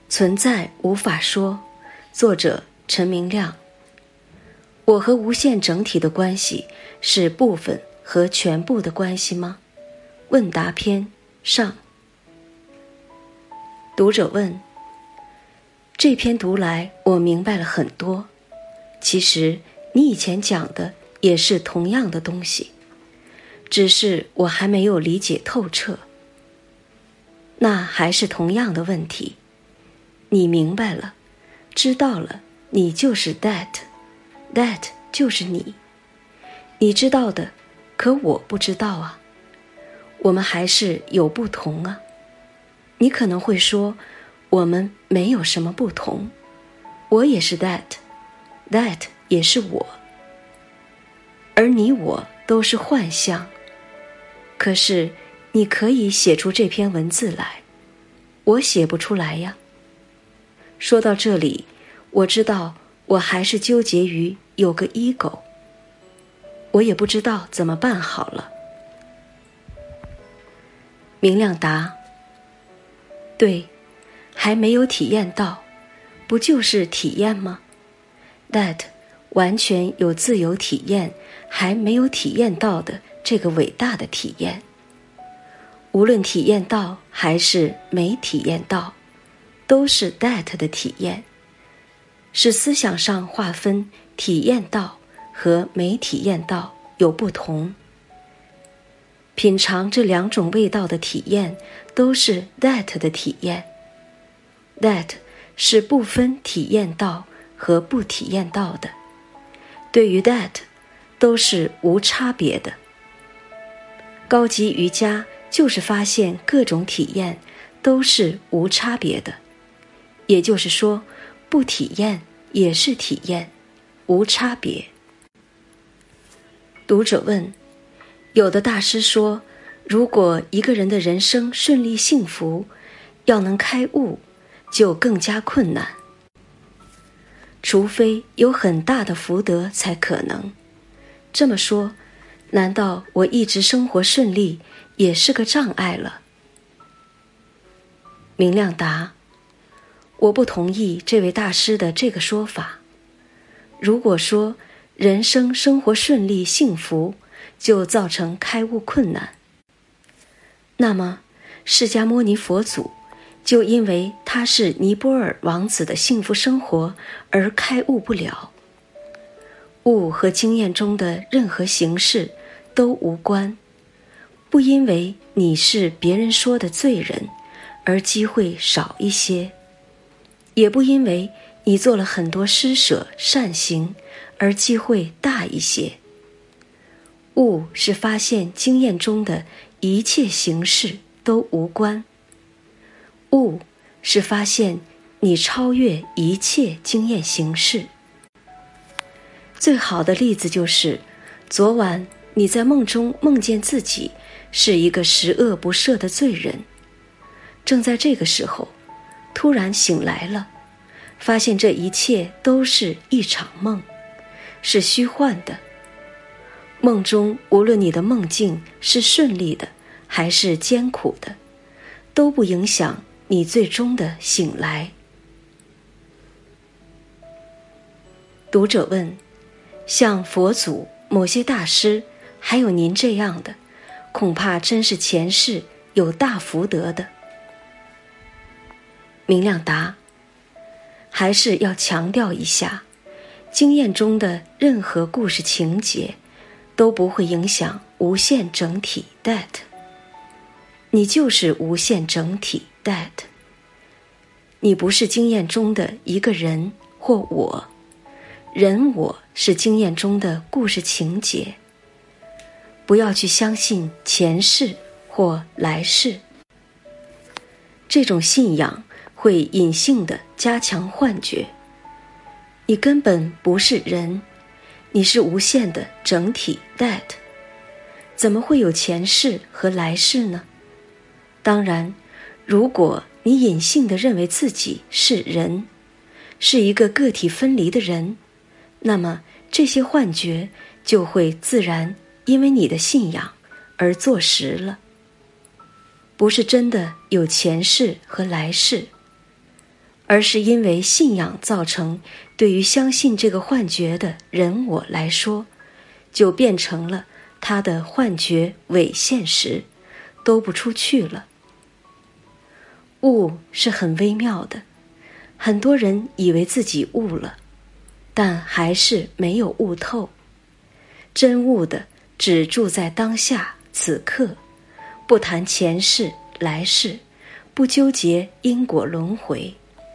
存在无法说，作者陈明亮。我和无限整体的关系是部分和全部的关系吗？问答篇上。读者问：这篇读来我明白了很多，其实你以前讲的也是同样的东西，只是我还没有理解透彻。那还是同样的问题，你明白了，知道了，你就是 that 就是你。你知道的，可我不知道啊。我们还是有不同啊。你可能会说，我们没有什么不同，我也是 that 也是我，而你我都是幻象。可是你可以写出这篇文字来，我写不出来呀。说到这里，我知道我还是纠结于有个 ego， 我也不知道怎么办好了。明亮答：对，还没有体验到，不就是体验吗？ that 完全有自由体验，还没有体验到的这个伟大的体验。无论体验到还是没体验到，都是 that 的体验，是思想上划分体验到和没体验到有不同。品尝这两种味道的体验都是 that 的体验， that 是不分体验到和不体验到的，对于 that 都是无差别的。高级瑜伽就是发现各种体验都是无差别的，也就是说，不体验也是体验，无差别。读者问：有的大师说，如果一个人的人生顺利幸福，要能开悟，就更加困难，除非有很大的福德才可能。这么说，难道我一直生活顺利也是个障碍了？明亮答：我不同意这位大师的这个说法。如果说人生生活顺利幸福就造成开悟困难，那么释迦牟尼佛祖就因为他是尼泊尔王子的幸福生活而开悟不了。悟和经验中的任何形式都无关，不因为你是别人说的罪人而机会少一些，也不因为你做了很多施舍善行而机会大一些。悟是发现经验中的一切形式都无关，悟是发现你超越一切经验形式。最好的例子就是，昨晚你在梦中梦见自己是一个十恶不赦的罪人，正在这个时候突然醒来了，发现这一切都是一场梦，是虚幻的。梦中无论你的梦境是顺利的还是艰苦的，都不影响你最终的醒来。读者问：像佛祖、某些大师，还有您这样的，恐怕真是前世有大福德的。明亮答：还是要强调一下，经验中的任何故事情节都不会影响无限整体 that。 你就是无限整体 that。 你不是经验中的一个人或我，人我是经验中的故事情节。不要去相信前世或来世，这种信仰会隐性地加强幻觉。你根本不是人，你是无限的整体 that， 怎么会有前世和来世呢？当然，如果你隐性地认为自己是人，是一个个体分离的人，那么这些幻觉就会自然因为你的信仰而坐实了。不是真的有前世和来世， 而是因为信仰造成对于相信这个幻觉的人我来说，就变成了他的幻觉伪现实，兜不出去了。悟是很微妙的，很多人以为自己悟了，但还是没有悟透。真悟的只住在当下此刻，不谈前世来世，不纠结因果轮回。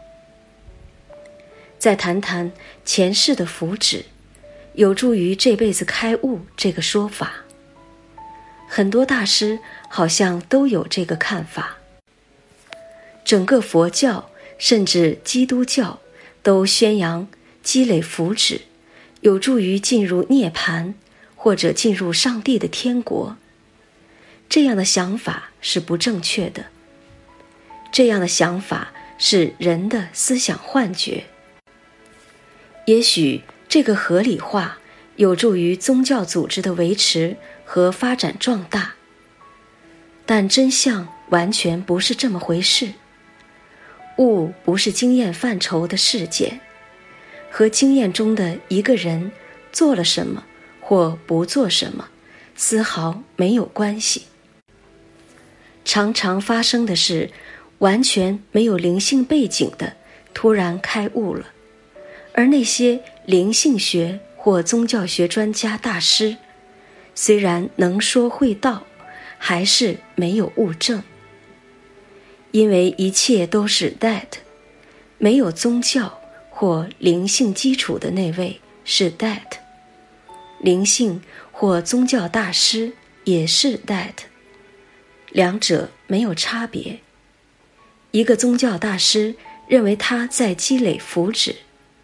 再谈谈前世的福祉，有助于这辈子开悟这个说法。很多大师好像都有这个看法。整个佛教甚至基督教都宣扬积累福祉，有助于进入涅槃或者进入上帝的天国。这样的想法是不正确的。这样的想法是人的思想幻觉。也许这个合理化有助于宗教组织的维持和发展壮大，但真相完全不是这么回事。悟不是经验范畴的事件，和经验中的一个人做了什么或不做什么丝毫没有关系。常常发生的是完全没有灵性背景的突然开悟了，而那些灵性学或宗教学专家大师虽然能说会道，还是没有悟证。因为一切都是 that， 没有宗教或灵性基础的那位是 that， 灵性或宗教大师也是 that， 两者没有差别。一个宗教大师认为他在积累福祉，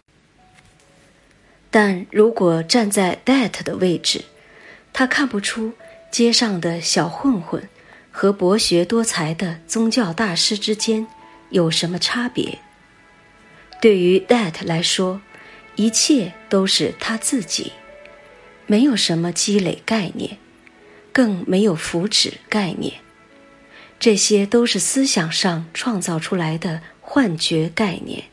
但如果站在 that 的位置，他看不出街上的小混混和博学多才的宗教大师之间有什么差别。对于 that 来说，一切都是他自己，没有什么积累概念，更没有福祉概念。这些都是思想上创造出来的幻觉概念。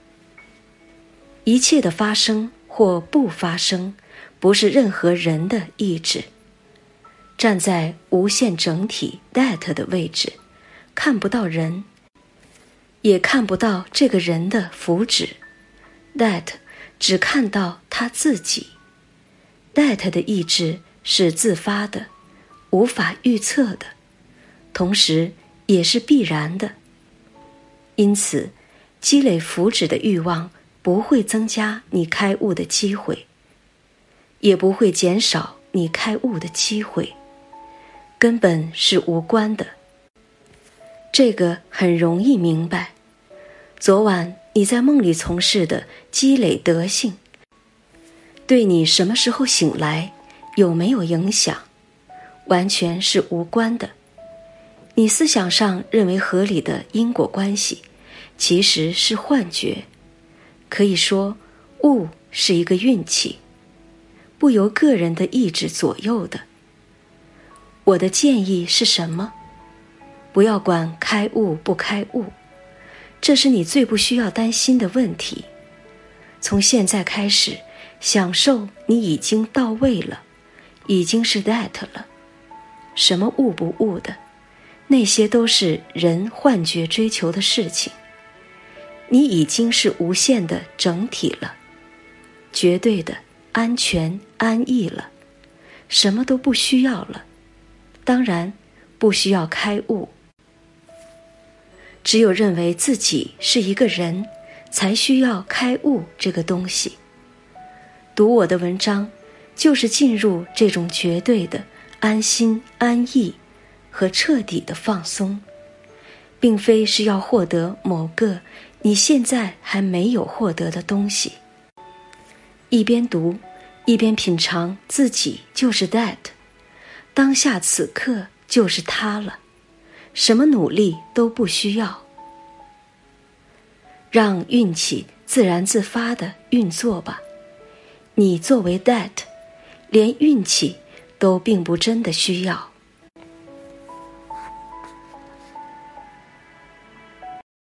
一切的发生或不发生，不是任何人的意志。站在无限整体 that 的位置，看不到人，也看不到这个人的福祉。that 只看到他自己。that 的意志是自发的，无法预测的，同时也是必然的。因此，积累福祉的欲望不会增加你开悟的机会，也不会减少你开悟的机会，根本是无关的。这个很容易明白。昨晚你在梦里从事的积累德性，对你什么时候醒来有没有影响，完全是无关的。你思想上认为合理的因果关系，其实是幻觉。可以说，悟是一个运气，不由个人的意志左右的。我的建议是什么？不要管开悟不开悟，这是你最不需要担心的问题。从现在开始，享受你已经到位了，已经是 that 了。什么悟不悟的，那些都是人幻觉追求的事情。你已经是无限的整体了，绝对的安全安逸了，什么都不需要了。当然不需要开悟。只有认为自己是一个人，才需要开悟这个东西。读我的文章，就是进入这种绝对的安心安逸和彻底的放松，并非是要获得某个你现在还没有获得的东西。一边读，一边品尝自己就是 that， 当下此刻就是它了，什么努力都不需要。让运气自然自发地运作吧。你作为 that， 连运气都并不真的需要。